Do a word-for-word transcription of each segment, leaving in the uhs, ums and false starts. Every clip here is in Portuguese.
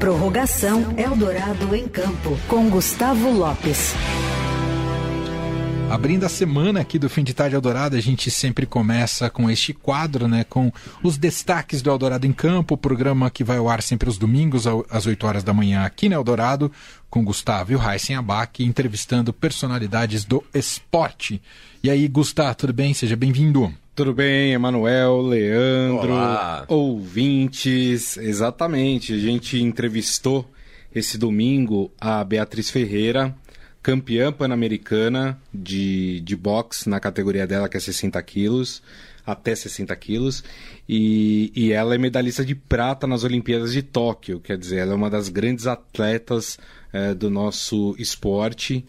Prorrogação Eldorado em Campo, com Gustavo Lopes. Abrindo a semana aqui do Fim de Tarde Eldorado, a gente sempre começa com este quadro, né, com os destaques do Eldorado em Campo, programa que vai ao ar sempre aos domingos, às oito horas da manhã, aqui no Eldorado, com Gustavo e o Raíssen Abac, entrevistando personalidades do esporte. E aí, Gustavo, tudo bem? Seja bem-vindo. Tudo bem, Emanuel, Leandro, Olá. Ouvintes. Exatamente, a gente entrevistou esse domingo a Beatriz Ferreira, campeã pan-americana de, de boxe na categoria dela, que é sessenta quilos, até sessenta quilos, e, e ela é medalhista de prata nas Olimpíadas de Tóquio, quer dizer, ela é uma das grandes atletas é, do nosso esporte,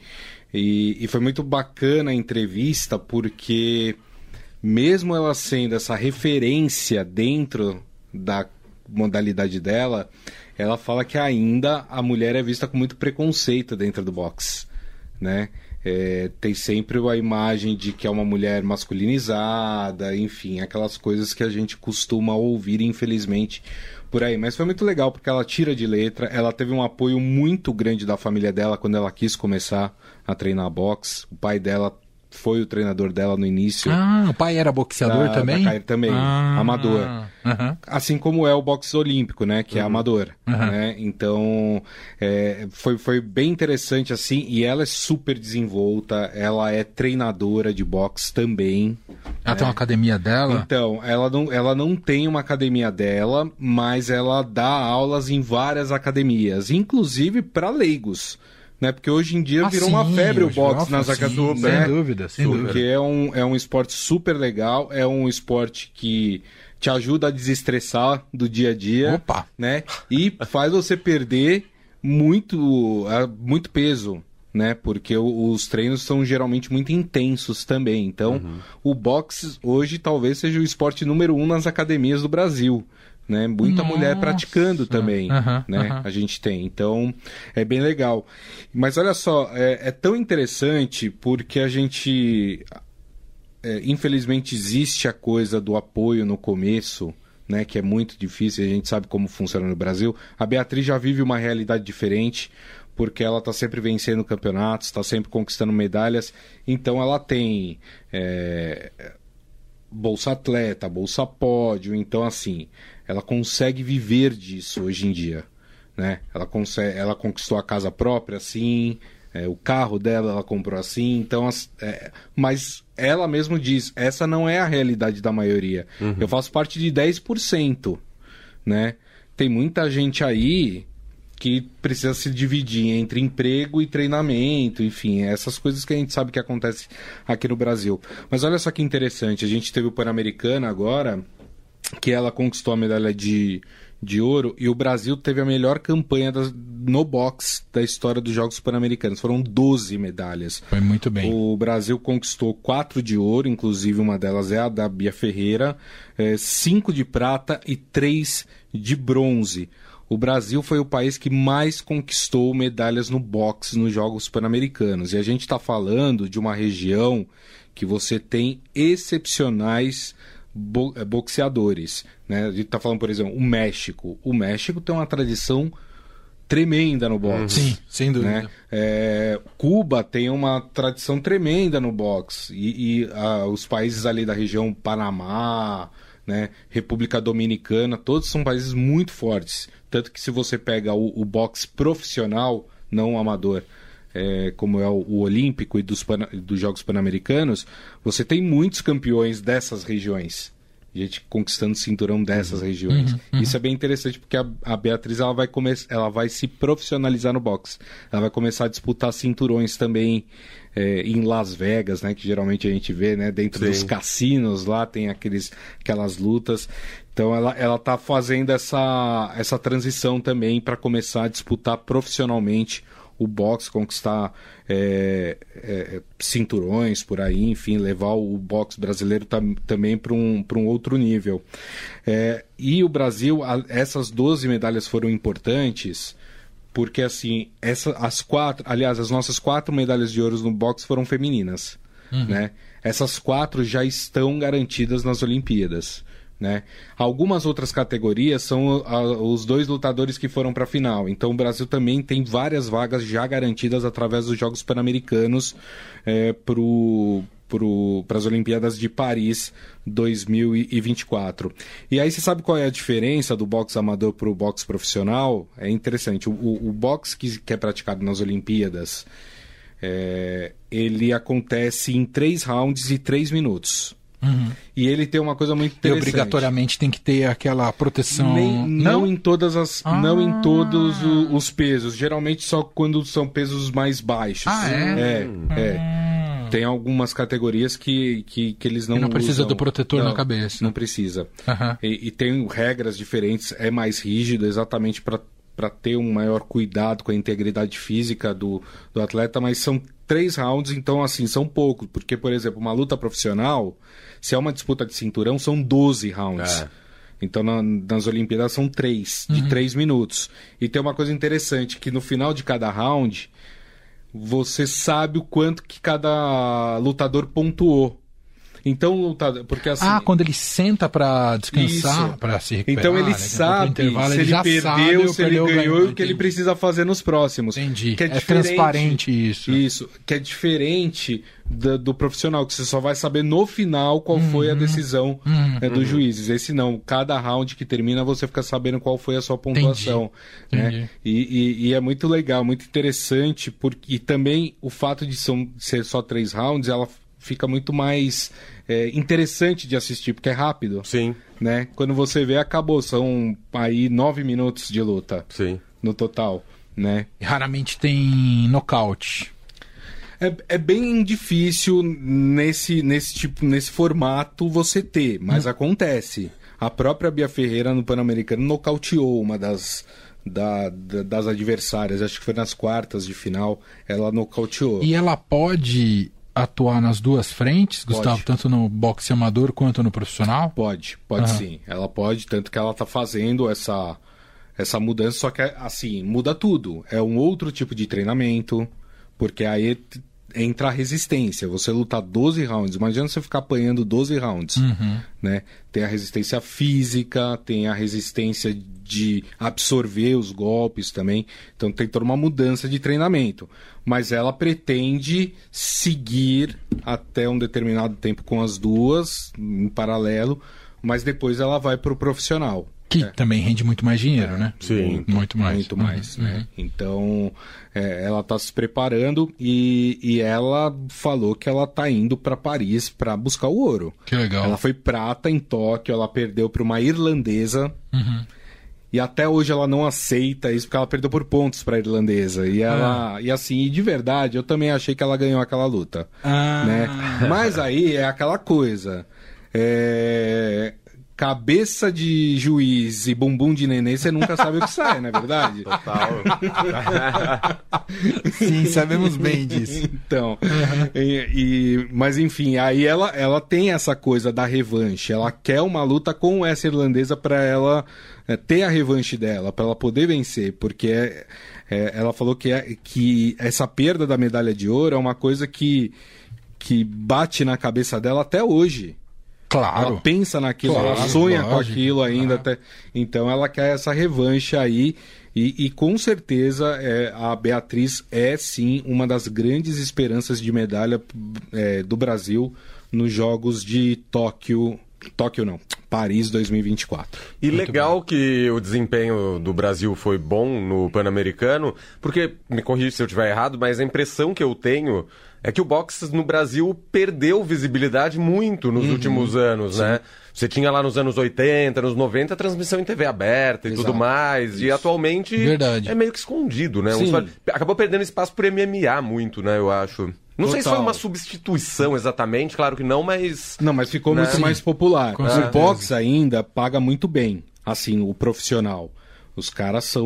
e, e foi muito bacana a entrevista, porque mesmo ela sendo essa referência dentro da modalidade dela, ela fala que ainda a mulher é vista com muito preconceito dentro do boxe, né? É, tem sempre a imagem de que é uma mulher masculinizada, enfim, aquelas coisas que a gente costuma ouvir, infelizmente, por aí. Mas foi muito legal, porque ela tira de letra, ela teve um apoio muito grande da família dela quando ela quis começar a treinar boxe. O pai dela foi o treinador dela no início. Ah, o pai era boxeador da, também? Da Cair também, ah, amador. Uh-huh. Assim como é o boxe olímpico, né, que uhum. é amador. Uhum. Né? Então, é, foi, foi bem interessante, assim, e ela é super desenvolta, ela é treinadora de boxe também. Ela né? tem uma academia dela? Então, ela não, ela não tem uma academia dela, mas ela dá aulas em várias academias, inclusive para leigos. Né? Porque hoje em dia ah, virou sim, uma febre o boxe nas academias. Sem né? dúvida, sem Porque dúvida. é um, é um esporte super legal, é um esporte que te ajuda a desestressar do dia a dia. Opa! Né? E faz você perder muito, muito peso. Né? Porque os treinos são geralmente muito intensos também. Então, uhum. o boxe hoje talvez seja o esporte número um nas academias do Brasil. Né? Muita Nossa. mulher praticando também, uhum, né? Uhum. A gente tem, então é bem legal. Mas olha só, é, é tão interessante porque a gente, é, infelizmente existe a coisa do apoio no começo, né? Que é muito difícil, a gente sabe como funciona no Brasil. A Beatriz já vive uma realidade diferente, porque ela está sempre vencendo campeonatos, está sempre conquistando medalhas, então ela tem é, Bolsa Atleta, Bolsa Pódio, então assim, ela consegue viver disso hoje em dia, né? Ela, consegue, ela conquistou a casa própria assim, é, o carro dela ela comprou assim, então, é, mas ela mesma diz, essa não é a realidade da maioria. Uhum. Eu faço parte de dez por cento, né? Tem muita gente aí que precisa se dividir entre emprego e treinamento, enfim, essas coisas que a gente sabe que acontece aqui no Brasil. Mas olha só que interessante, a gente teve o Pan-Americana agora, que ela conquistou a medalha de, de ouro, e o Brasil teve a melhor campanha das, no boxe da história dos Jogos Pan-Americanos. Foram doze medalhas. Foi muito bem. O Brasil conquistou quatro de ouro, inclusive uma delas é a da Bia Ferreira, é, cinco de prata e três de bronze. O Brasil foi o país que mais conquistou medalhas no boxe nos Jogos Pan-Americanos. E a gente está falando de uma região que você tem excepcionais bo- boxeadores. Né? A gente está falando, por exemplo, o México. O México tem uma tradição tremenda no boxe. Sim, sem dúvida. Né? É, Cuba tem uma tradição tremenda no boxe. E, e a, os países ali da região, Panamá, né? República Dominicana, todos são países muito fortes. Tanto que se você pega o, o boxe profissional, não o amador, é, como é o, o olímpico e dos, pan, dos Jogos Pan-Americanos, você tem muitos campeões dessas regiões. Gente conquistando cinturão dessas uhum. regiões. Uhum, uhum. Isso é bem interessante porque a, a Beatriz ela vai, come- ela vai se profissionalizar no boxe. Ela vai começar a disputar cinturões também é, em Las Vegas, né? Que geralmente a gente vê, né? Dentro Sim. dos cassinos lá tem aqueles, aquelas lutas. Então ela, ela tá fazendo essa, essa transição também para começar a disputar profissionalmente o boxe, conquistar é, é, cinturões por aí, enfim, levar o boxe brasileiro tam, também para um, para um outro nível. É, e o Brasil, a, essas doze medalhas foram importantes porque, assim, essa, as quatro, aliás, as nossas quatro medalhas de ouro no boxe foram femininas, uhum. né? Essas quatro já estão garantidas nas Olimpíadas. né? Algumas outras categorias são a, os dois lutadores que foram para a final. Então o Brasil também tem várias vagas já garantidas através dos Jogos Pan-Americanos é, para as Olimpíadas de Paris dois mil e vinte e quatro. E aí você sabe qual é a diferença do boxe amador para o boxe profissional? É interessante. O, o, o boxe que, que é praticado nas Olimpíadas, é, ele acontece em três rounds e três minutos. Uhum. E ele tem uma coisa muito interessante. E obrigatoriamente tem que ter aquela proteção. Nem, não? não em todas as, ah. não em todos o, os pesos. Geralmente só quando são pesos mais baixos. Ah, é? É, é. Hum. Tem algumas categorias que, que, que eles não. E não precisa usam. do protetor não, na cabeça. Não precisa. Uhum. E, e tem regras diferentes. É mais rígido, exatamente para para ter um maior cuidado com a integridade física do, do atleta, mas são três rounds, então assim, são poucos, porque, por exemplo, uma luta profissional, se é uma disputa de cinturão, são doze rounds. É. Então, na, nas Olimpíadas são três, de uhum. três minutos. E tem uma coisa interessante, que no final de cada round, você sabe o quanto que cada lutador pontuou. Então, lutador, porque assim... Ah, quando ele senta para descansar, para se recuperar. Então ele né? sabe se ele, ele perdeu, se ele ganhou e o que ele precisa fazer nos próximos. Entendi. Que é, é transparente isso. Isso, que é diferente do, do profissional, que você só vai saber no final qual uhum. foi a decisão uhum. né, dos uhum. juízes. Esse não, cada round que termina você fica sabendo qual foi a sua pontuação. Entendi. Né? Entendi. E, e, e é muito legal, muito interessante, porque, e também o fato de são, ser só três rounds, ela fica muito mais é, interessante de assistir, porque é rápido. Sim. Né? Quando você vê, acabou. São aí nove minutos de luta. Sim. No total. Né? E raramente tem nocaute. É, é bem difícil nesse, nesse, tipo, nesse formato você ter, mas hum. acontece. A própria Bia Ferreira no Pan-Americano nocauteou uma das... Da, da, das adversárias. Acho que foi nas quartas de final. Ela nocauteou. E ela pode... atuar nas duas frentes, Gustavo, pode. Tanto no boxe amador quanto no profissional? Pode, pode uhum. sim. Ela pode, tanto que ela está fazendo essa, essa mudança, só que assim, muda tudo. É um outro tipo de treinamento, porque aí entra a resistência. Você lutar doze rounds, imagina você ficar apanhando doze rounds. Uhum. Né? Tem a resistência física, tem a resistência de absorver os golpes também. Então tem toda uma mudança de treinamento. Mas ela pretende seguir até um determinado tempo com as duas, em paralelo, mas depois ela vai para o profissional. Que é. também rende muito mais dinheiro, é, né? Sim. Muito, muito mais. Muito mais, uhum, né? Uhum. Então, é, ela está se preparando e, e ela falou que ela está indo para Paris para buscar o ouro. Que legal. Ela foi prata em Tóquio, ela perdeu para uma irlandesa. Uhum. E até hoje ela não aceita isso, porque ela perdeu por pontos para a irlandesa. E ela, ah. e assim, de verdade, eu também achei que ela ganhou aquela luta. Ah. Né? Mas aí é aquela coisa. É... Cabeça de juiz e bumbum de neném, você nunca sabe o que sai, não é verdade? Total. Sim, sabemos bem disso. Então, uhum. e, e, mas enfim, aí ela, ela tem essa coisa da revanche. Ela quer uma luta com essa irlandesa para ela é, ter a revanche dela, para ela poder vencer, porque é, é, ela falou que, é, que essa perda da medalha de ouro é uma coisa que, que bate na cabeça dela até hoje. Claro. Ela pensa naquilo, claro, ela sonha lógico, com aquilo ainda. Claro. Até... Então ela quer essa revanche aí. E, e com certeza é, a Beatriz é sim uma das grandes esperanças de medalha é, do Brasil nos Jogos de Tóquio. Tóquio não, Paris dois mil e vinte e quatro. E muito legal bem. Que o desempenho do Brasil foi bom no Pan-Americano, porque, me corrija se eu estiver errado, mas a impressão que eu tenho é que o boxe no Brasil perdeu visibilidade muito nos uhum. últimos anos, sim. né? Você tinha lá nos anos oitenta, nos noventa, a transmissão em T V aberta e Exato. Tudo mais. Isso. E atualmente Verdade. É meio que escondido, né? Um, acabou perdendo espaço por M M A muito, né? Eu acho. Não Total. Sei se foi uma substituição exatamente, claro que não, mas... Não, mas ficou né? muito mais popular. Com o certeza. Boxe ainda paga muito bem, assim, o profissional. Os caras são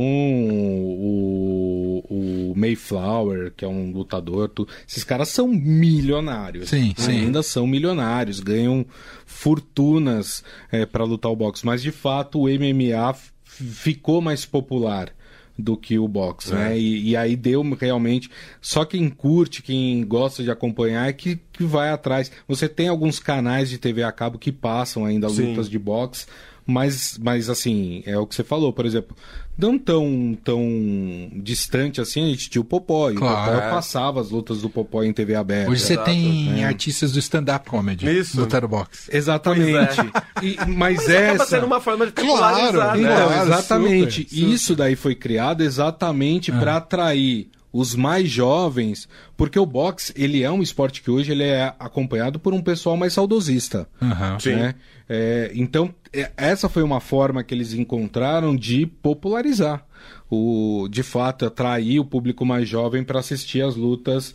o, o Mayflower, que é um lutador. Tu... Esses caras são milionários. Sim, sim. Ainda são milionários, ganham fortunas é, para lutar o boxe. Mas, de fato, o M M A f- ficou mais popular do que o boxe, é. né? E, e aí deu realmente... Só quem curte, quem gosta de acompanhar é que, que vai atrás. Você tem alguns canais de T V a cabo que passam ainda Sim. lutas de boxe, mas, mas assim, é o que você falou, por exemplo, não tão, tão distante assim, a gente tinha o Popó, e Claro. o Popó passava as lutas do Popó em T V aberta. Hoje você Exato, tem né? artistas do stand-up comedy Isso. lutando boxe. Exatamente. E, mas Mas essa... acaba sendo uma forma de Claro, popularizar, Então, né? Claro, exatamente. super, super. Isso daí foi criado exatamente para atrair os mais jovens, porque o boxe, ele é um esporte que hoje ele é acompanhado por um pessoal mais saudosista. Aham. Sim. Né? É, então, é, essa foi uma forma que eles encontraram de popularizar, o, de fato, atrair o público mais jovem para assistir às lutas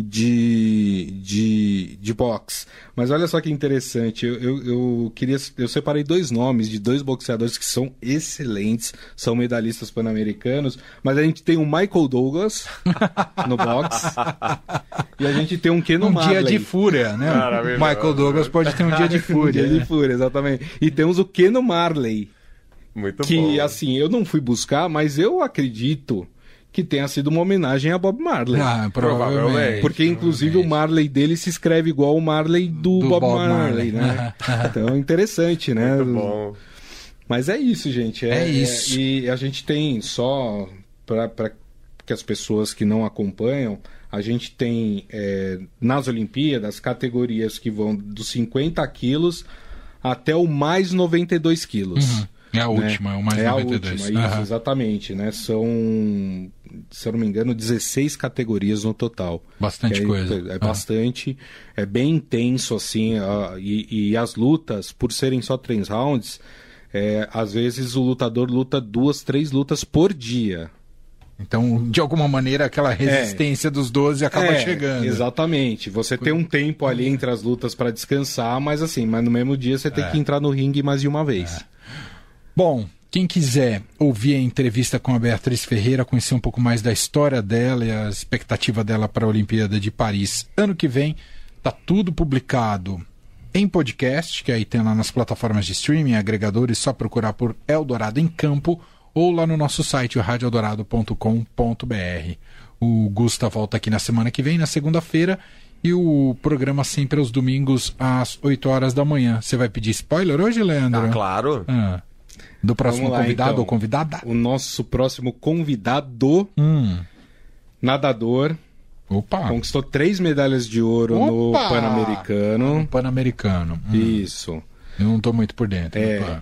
de, de, de boxe. Mas olha só que interessante, eu, eu, eu queria, eu separei dois nomes de dois boxeadores que são excelentes, são medalhistas pan-americanos, mas a gente tem o Michael Douglas no boxe e a gente tem um Keno Um Marley. dia de fúria, né? Maravilhoso. Michael Douglas pode ter um dia de Um fúria. dia né? de fúria, exatamente. E temos o Keno Marley, Muito que bom. assim, eu não fui buscar, mas eu acredito que tenha sido uma homenagem a Bob Marley. Ah, provavelmente. Provavelmente. Porque, inclusive, o Marley dele se escreve igual o Marley do, Do Bob, Bob Marley, Marley. né? Então, interessante, né? Muito bom. Mas é isso, gente. É isso. e a gente tem, só para que as pessoas que não acompanham, a gente tem é, nas Olimpíadas categorias que vão dos cinquenta quilos até o mais noventa e dois quilos. Uhum. É a última, é o mais é noventa e dois. A última, isso, Aham. exatamente, né? São, se eu não me engano, dezesseis categorias no total. Bastante é, coisa. É Aham. bastante, é bem intenso, assim, a- e, e as lutas, por serem só três rounds, é, às vezes o lutador luta duas, três lutas por dia. Então, de alguma maneira, aquela resistência dos doze acaba É, chegando. Exatamente. Você tem um tempo ali entre as lutas para descansar, mas assim, mas no mesmo dia você tem É. que entrar no ringue mais de uma vez. Bom, quem quiser ouvir a entrevista com a Beatriz Ferreira, conhecer um pouco mais da história dela e a expectativa dela para a Olimpíada de Paris ano que vem, tá tudo publicado em podcast, que aí tem lá nas plataformas de streaming, agregadores, só procurar por Eldorado em Campo ou lá no nosso site, rádio eldorado ponto com ponto b r. O Gusta volta aqui na semana que vem, na segunda-feira, e o programa sempre aos domingos às oito horas da manhã. Você vai pedir spoiler hoje, Leandro? Ah, claro. Ah. Do próximo Vamos lá, convidado então. ou convidada? O nosso próximo convidado, Hum. nadador, Opa! conquistou três medalhas de ouro no Opa! Pan-Americano. Pan-Americano. Hum. Isso. Eu não tô muito por dentro. É. do Pan.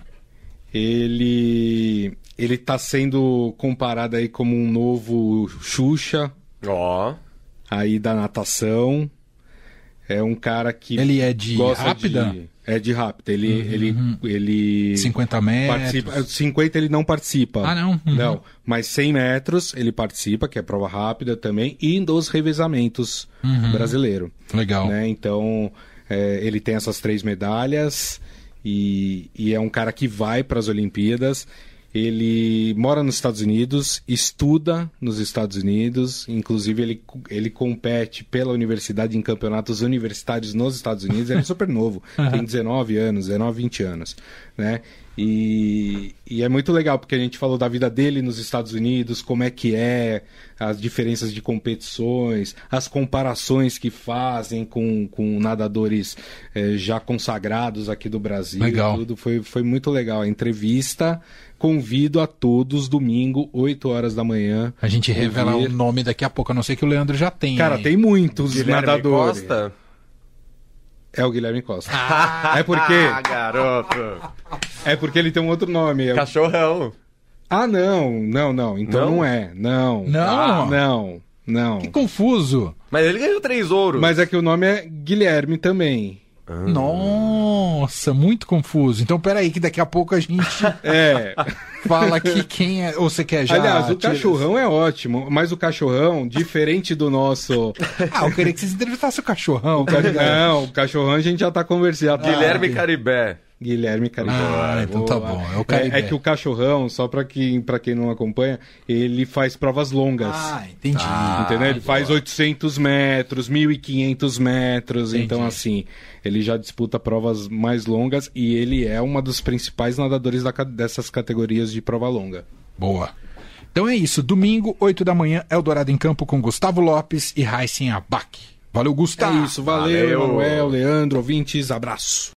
Ele ele está sendo comparado aí como um novo Xuxa Ó. aí da natação. É um cara que Ele é de gosta rápida? de- é de rápida. Ele ele ele cinquenta metros. participa. cinquenta ele não participa. Ah, não? Uhum. Não, mas cem metros ele participa, que é prova rápida também, e dos revezamentos Uhum. brasileiro. Legal. Né? Então, é, ele tem essas três medalhas e, e é um cara que vai para as Olimpíadas. Ele mora nos Estados Unidos, estuda nos Estados Unidos, inclusive ele, ele compete pela universidade em campeonatos universitários nos Estados Unidos. Ele é super novo, tem dezenove anos, dezenove, vinte anos, né? E, e é muito legal, porque a gente falou da vida dele nos Estados Unidos, como é que é, as diferenças de competições, as comparações que fazem com, com nadadores eh, já consagrados aqui do Brasil. Legal. Tudo. Foi, foi muito legal. A entrevista, convido a todos, domingo, oito horas da manhã. A gente revela ouvir. o nome daqui a pouco, a não ser que o Leandro já tenha. Cara, aí. tem muitos Guilherme nadadores. Costa? É o Guilherme Costa. É porque, Ah, garoto. é porque ele tem um outro nome. É o- Cachorrão. Ah, não, não, não. Então Não? não, é. Não. Não? Ah, não, não. Que confuso. Mas ele ganhou três ouros. Mas é que o nome é Guilherme também. Nossa, muito confuso. Então, peraí, que daqui a pouco a gente É. fala aqui quem é. Ou você quer já. Aliás, o tira- cachorrão é ótimo, mas o cachorrão, diferente do nosso. Ah, eu queria que vocês entrevistassem o cachorrão. Tá ligado? Não, o cachorrão a gente já tá conversando. Guilherme Ah, Caribé. Guilherme Caribé. Ah, então tá bom, é o Caribé. É, é que o cachorrão, só pra quem, pra quem não acompanha, ele faz provas longas. Ah, entendi. Entendeu? Ele faz oitocentos metros, mil e quinhentos metros. Entendi. Então, assim, ele já disputa provas mais longas e ele é uma dos principais nadadores da ca- dessas categorias de prova longa. Boa. Então é isso, domingo, oito da manhã, Eldorado em Campo com Gustavo Lopes e Raíssen Abac. Valeu, Gustavo! É isso, valeu, Valeu. Emanuel, Leandro, ouvintes, abraço.